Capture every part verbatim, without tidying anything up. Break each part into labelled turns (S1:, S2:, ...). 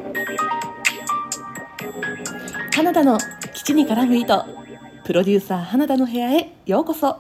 S1: 花田の基地に絡む糸、プロデューサー花田の部屋へようこそ。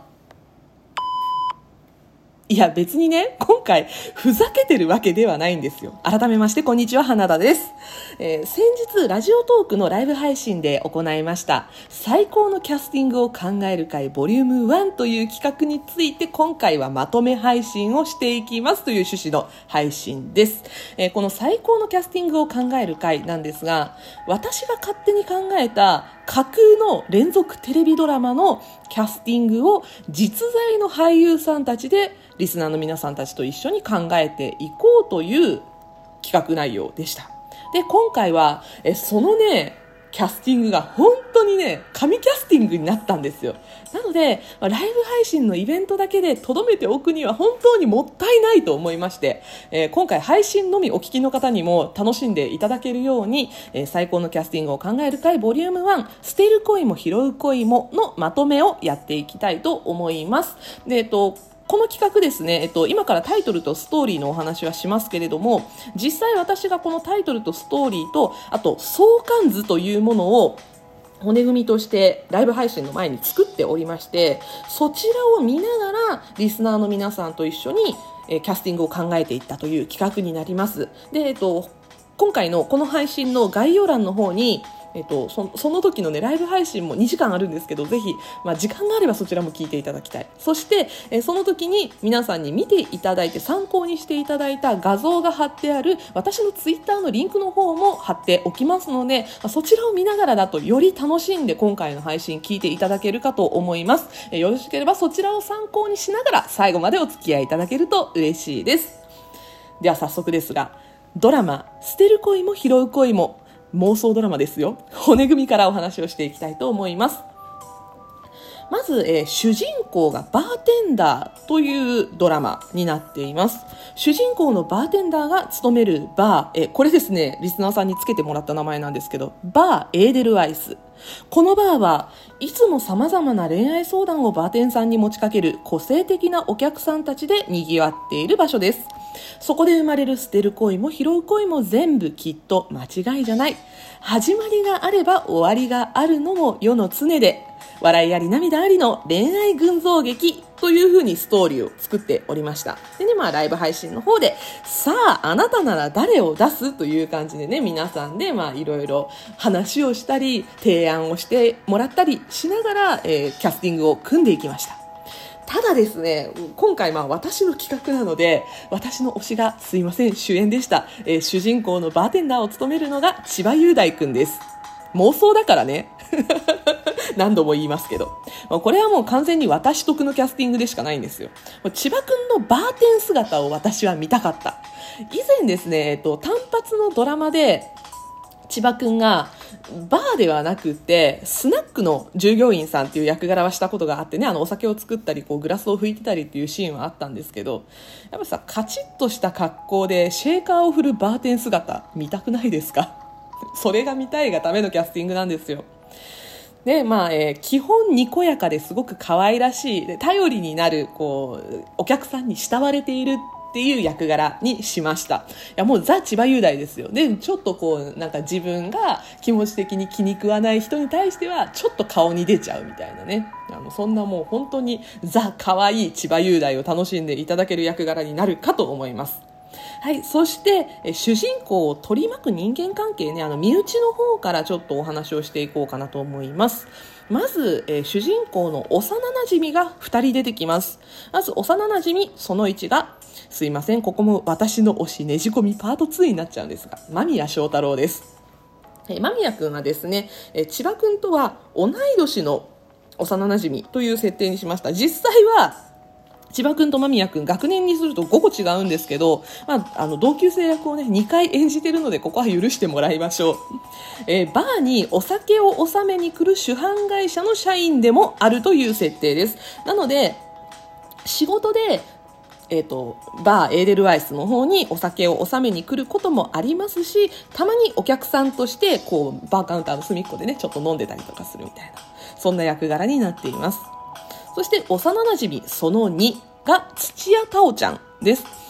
S1: いや別にね、今回ふざけてるわけではないんですよ。改めましてこんにちは、花田です。えー、先日ラジオトークのライブ配信で行いました最高のキャスティングを考える会ボリュームワンという企画について、今回はまとめ配信をしていきますという趣旨の配信です。えー、この最高のキャスティングを考える会なんですが、私が勝手に考えた架空の連続テレビドラマのキャスティングを実在の俳優さんたちでリスナーの皆さんたちと一緒に考えていこうという企画内容でした。で、今回はえそのねキャスティングが本当にね神キャスティングになったんですよ。なのでライブ配信のイベントだけで留めておくには本当にもったいないと思いまして、えー、今回配信のみお聞きの方にも楽しんでいただけるように、えー、最高のキャスティングを考える会ボリュームワン、捨てる恋も拾う恋ものまとめをやっていきたいと思います。で、えっとこの企画ですね、えっと、今からタイトルとストーリーのお話はしますけれども、実際私がこのタイトルとストーリーと、あと相関図というものを骨組みとしてライブ配信の前に作っておりまして、そちらを見ながらリスナーの皆さんと一緒にえキャスティングを考えていったという企画になります。で、えっと、今回のこの配信の概要欄の方にえっと、そ, その時のねライブ配信もにじかんあるんですけど、ぜひ、まあ、時間があればそちらも聞いていただきたい。そして、えその時に皆さんに見ていただいて参考にしていただいた画像が貼ってある私のツイッターのリンクの方も貼っておきますので、まあ、そちらを見ながらだとより楽しんで今回の配信聞いていただけるかと思います。えよろしければそちらを参考にしながら最後までお付き合いいただけると嬉しいです。では早速ですが、ドラマ捨てる恋も拾う恋も妄想ドラマですよ。骨組みからお話をしていきたいと思います。まず、えー、主人公がバーテンダーというドラマになっています。主人公のバーテンダーが勤めるバー、えー、これですね、リスナーさんにつけてもらった名前なんですけど、バーエーデルワイス。このバーはいつも様々な恋愛相談をバーテンさんに持ちかける個性的なお客さんたちで賑わっている場所です。そこで生まれる捨てる恋も拾う恋も全部きっと間違いじゃない。始まりがあれば終わりがあるのも世の常で、笑いあり涙ありの恋愛群像劇という風にストーリーを作っておりました。でね、まあライブ配信の方で、さああなたなら誰を出すという感じでね、皆さんでまあいろいろ話をしたり提案をしてもらったりしながら、えー、キャスティングを組んでいきました。ただですね、今回まあ私の企画なので、私の推しがすいません、主演でした。えー、主人公のバーテンダーを務めるのが千葉雄大くんです。妄想だからね。何度も言いますけど。これはもう完全に私得のキャスティングでしかないんですよ。千葉くんのバーテン姿を私は見たかった。以前ですね、えっと、単発のドラマで、千葉くんがバーではなくてスナックの従業員さんっていう役柄はしたことがあってね、あのお酒を作ったりこうグラスを拭いてたりっていうシーンはあったんですけど、やっぱさカチッとした格好でシェーカーを振るバーテン姿見たくないですか？それが見たいがためのキャスティングなんですよ。で、まあ、えー、基本にこやかですごく可愛らしい、で頼りになるこうお客さんに慕われているっていう役柄にしました。いやもうザ千葉雄大ですよ。でちょっとこうなんか自分が気持ち的に気に食わない人に対してはちょっと顔に出ちゃうみたいなね、あのそんなもう本当にザ可愛い千葉雄大を楽しんでいただける役柄になるかと思います。はい、そしてえ主人公を取り巻く人間関係ね、あの身内の方からちょっとお話をしていこうかなと思います。まず、えー、主人公の幼馴染がふたり出てきます。まず幼馴染そのいちが、すいませんここも私の推しねじ込みパートツーになっちゃうんですが、間宮祥太朗です。えー、間宮くんはですね、えー、千葉くんとは同い年の幼馴染という設定にしました。実際は千葉くんと間宮くん学年にするとごこ違うんですけど、まあ、あの同級生役をねにかい演じてるのでここは許してもらいましょう。えー、バーにお酒を納めに来る主犯会社の社員でもあるという設定です。なので仕事でえーと、バーエーデルワイスの方にお酒を納めに来ることもありますし、たまにお客さんとしてこうバーカウンターの隅っこでねちょっと飲んでたりとかするみたいな、そんな役柄になっています。そして幼馴染そのにが土屋太鳳ちゃんです。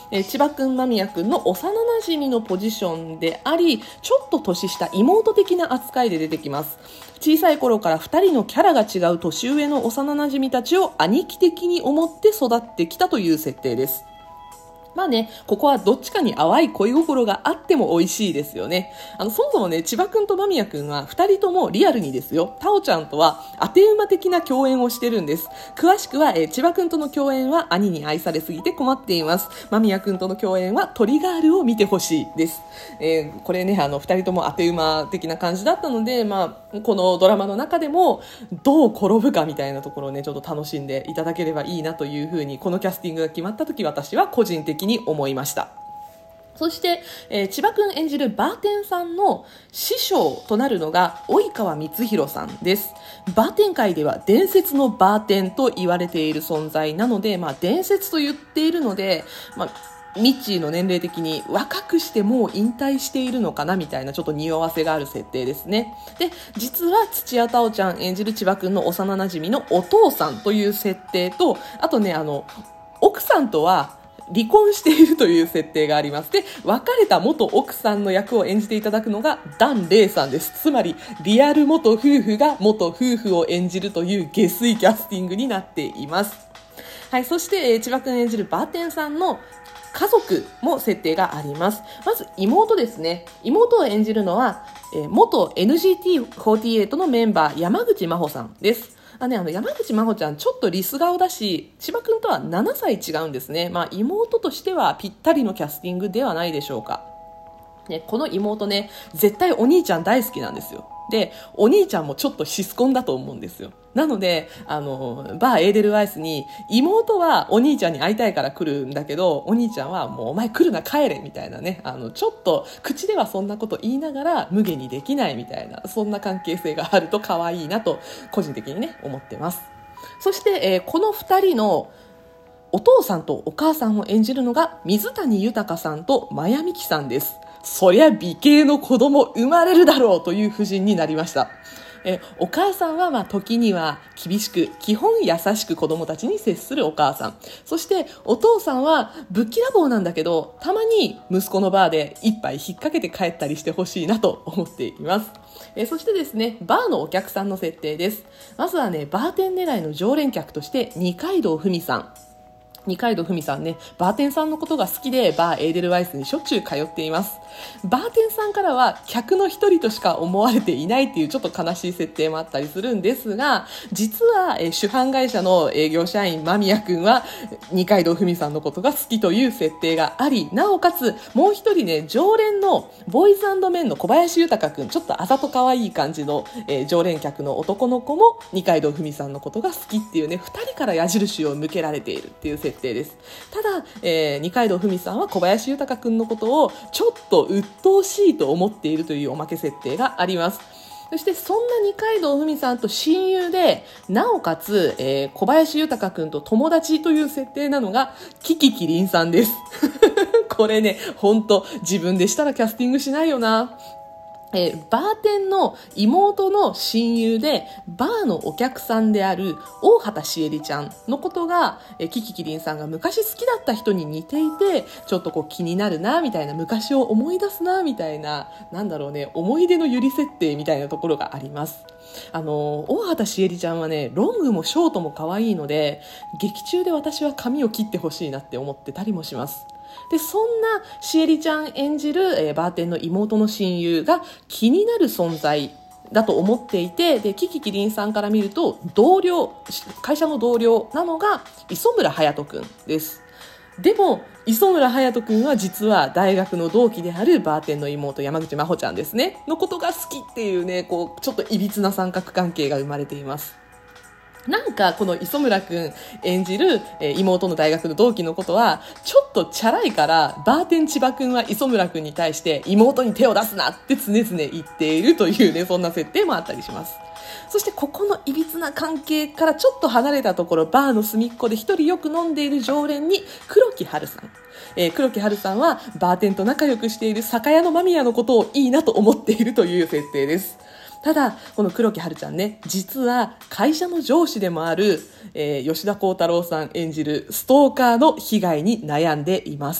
S1: えー、千葉くん間宮くんの幼馴染のポジションであり、ちょっと年下妹的な扱いで出てきます。小さい頃からふたりのキャラが違う年上の幼馴染たちを兄貴的に思って育ってきたという設定です。まあね、ここはどっちかに淡い恋心があっても美味しいですよね。あの、そもそもね、千葉くんと間宮くんは二人ともリアルにですよ、タオちゃんとは当て馬的な共演をしてるんです。詳しくは、えー、千葉くんとの共演は兄に愛されすぎて困っています。間宮くんとの共演はトリガールを見てほしいです。えー、これね、あの、二人とも当て馬的な感じだったので、まあ、このドラマの中でもどう転ぶかみたいなところをね、ちょっと楽しんでいただければいいなというふうに、このキャスティングが決まった時、私は個人的にに思いました。そして、えー、千葉くん演じるバーテンさんの師匠となるのが及川光弘さんです。バーテン界では伝説のバーテンと言われている存在なので、まあ、伝説と言っているので、まあ、ミッチーの年齢的に若くしてもう引退しているのかなみたいなちょっと匂わせがある設定ですね。で、実は土屋太鳳ちゃん演じる千葉くんの幼馴染のお父さんという設定と、あとね、あの奥さんとは離婚しているという設定があります。で、別れた元奥さんの役を演じていただくのがダン・レイさんです。つまり、リアル元夫婦が元夫婦を演じるという下水キャスティングになっています。はい、そして、えー、千葉くん演じるバーテンさんの家族も設定があります。まず妹ですね。妹を演じるのは、えー、元 エヌジーティーフォーティーエイト のメンバー山口真帆さんです。あね、あの山口真帆ちゃんちょっとリス顔だし、千葉くんとはななさい違うんですね。まあ妹としてはぴったりのキャスティングではないでしょうか。ね、この妹ね、絶対お兄ちゃん大好きなんですよ。で、お兄ちゃんもちょっとシスコンだと思うんですよ。なので、あの、バーエーデルワイスに、妹はお兄ちゃんに会いたいから来るんだけど、お兄ちゃんはもうお前来るな帰れみたいなね、あの、ちょっと口ではそんなこと言いながら無下にできないみたいな、そんな関係性があると可愛いなと、個人的にね、思ってます。そして、えー、この二人のお父さんとお母さんを演じるのが水谷豊さんと真矢美樹さんです。そりゃ美形の子供生まれるだろうという夫人になりました。えお母さんはまあ時には厳しく、基本優しく子供たちに接するお母さん。そしてお父さんはぶっきらぼうなんだけど、たまに息子のバーで一杯引っ掛けて帰ったりしてほしいなと思っています。えそしてですね、バーのお客さんの設定です。まずはね、バーテン狙いの常連客として二階堂ふみさん。二階堂ふみさんね、バーテンさんのことが好きでバーエーデルワイスにしょっちゅう通っています。バーテンさんからは客の一人としか思われていないっていうちょっと悲しい設定もあったりするんですが、実は、えー、主販会社の営業社員間宮くんは二階堂ふみさんのことが好きという設定があり、なおかつもう一人ね、常連のボーイズ&メンの小林豊くん、ちょっとあざと可愛い感じの、えー、常連客の男の子も二階堂ふみさんのことが好きっていうね、二人から矢印を向けられているっていう設定です。ただ、えー、二階堂ふみさんは小林豊くんのことをちょっと鬱陶しいと思っているというおまけ設定があります。そしてそんな二階堂ふみさんと親友で、なおかつ、えー、小林豊くんと友達という設定なのがキキキリンさんです。これね、本当自分でしたらキャスティングしないよな。えー、バーテンの妹の親友でバーのお客さんである大畑しえりちゃんのことが、えー、キキキリンさんが昔好きだった人に似ていて、ちょっとこう気になるなみたいな、昔を思い出すなみたいな、なんだろうね、思い出のゆり設定みたいなところがあります。あの大畑しえりちゃんはね、ロングもショートも可愛いので、劇中で私は髪を切ってほしいなって思ってたりもします。で、そんなしえりちゃん演じる、えー、バーテンの妹の親友が気になる存在だと思っていて、で、キキキリンさんから見ると同僚、会社の同僚なのが磯村勇斗くんです。でも磯村勇斗くんは実は大学の同期であるバーテンの妹山口真帆ちゃんですねのことが好きっていうね、こうちょっといびつな三角関係が生まれています。なんかこの磯村くん演じる、えー、妹の大学の同期のことはちょっとチャラいから、バーテン千葉くんは磯村くんに対して妹に手を出すなって常々言っているというね、そんな設定もあったりします。そしてここのいびつな関係からちょっと離れたところ、バーの隅っこで一人よく飲んでいる常連に黒木華さん、えー、黒木華さんはバーテンと仲良くしている酒屋の間宮のことをいいなと思っているという設定です。ただこの黒木華ちゃんね、実は会社の上司でもある、えー、吉田鋼太郎さん演じるストーカーの被害に悩んでいます。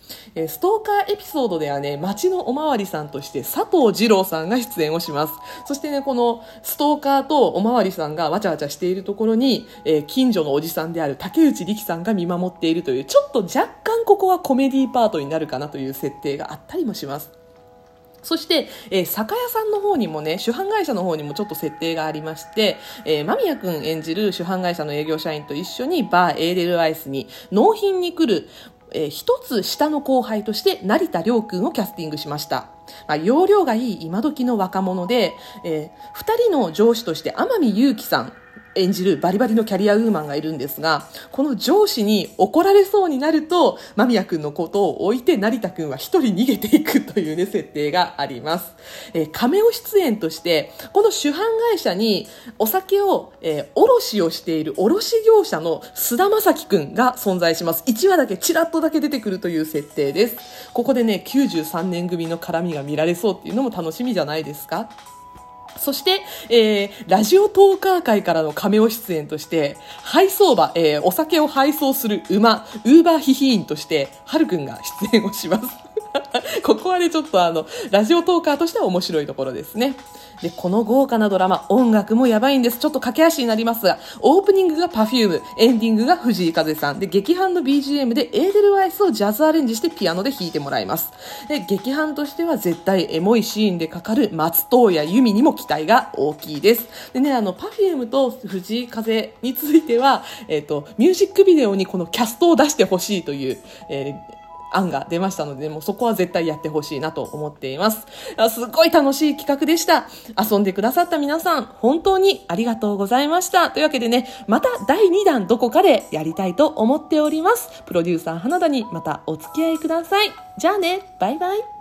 S1: えー、ストーカーエピソードではね、町のおまわりさんとして佐藤二郎さんが出演をします。そしてね、このストーカーとおまわりさんがわちゃわちゃしているところに、えー、近所のおじさんである竹内力さんが見守っているという、ちょっと若干ここはコメディパートになるかなという設定があったりもします。そして、えー、酒屋さんの方にもね、主販会社の方にもちょっと設定がありまして、えー、間宮くん演じる主販会社の営業社員と一緒にバーエーデルワイスに納品に来る、えー、一つ下の後輩として成田凌くんをキャスティングしました。まあ、容量がいい今時の若者で、えー、二人の上司として天海祐希さん演じるバリバリのキャリアウーマンがいるんですが、この上司に怒られそうになると間宮くんのことを置いて成田くんは一人逃げていくというね設定があります。えー、カメオ出演としてこの主販会社にお酒を、えー、卸をしている卸業者の須田正樹くんが存在します。いちわだけちらっとだけ出てくるという設定です。ここでねきゅうじゅうさんねん組の絡みが見られそうっていうのも楽しみじゃないですか。そして、えー、ラジオトーカー界からのカメオ出演として、配送馬、えー、お酒を配送する馬、ウーバーヒヒーンとして、ハルくんが出演をします。ここはね、ちょっとあの、ラジオトーカーとしては面白いところですね。で、この豪華なドラマ、音楽もやばいんです。ちょっと駆け足になりますが、オープニングが パフューム、エンディングが藤井風さん、で、劇伴の ビージーエム でエーデルワイスをジャズアレンジしてピアノで弾いてもらいます。で、劇伴としては絶対エモいシーンでかかる松任谷由実にも期待が大きいです。でね、あの、パフュームと藤井風については、えっと、ミュージックビデオにこのキャストを出してほしいという、えー案が出ましたので、もうそこは絶対やってほしいなと思っています。すごい楽しい企画でした。遊んでくださった皆さん、本当にありがとうございました。というわけでね、まただいにだんどこかでやりたいと思っております。プロデューサー花田にまたお付き合いください。じゃあね、バイバイ。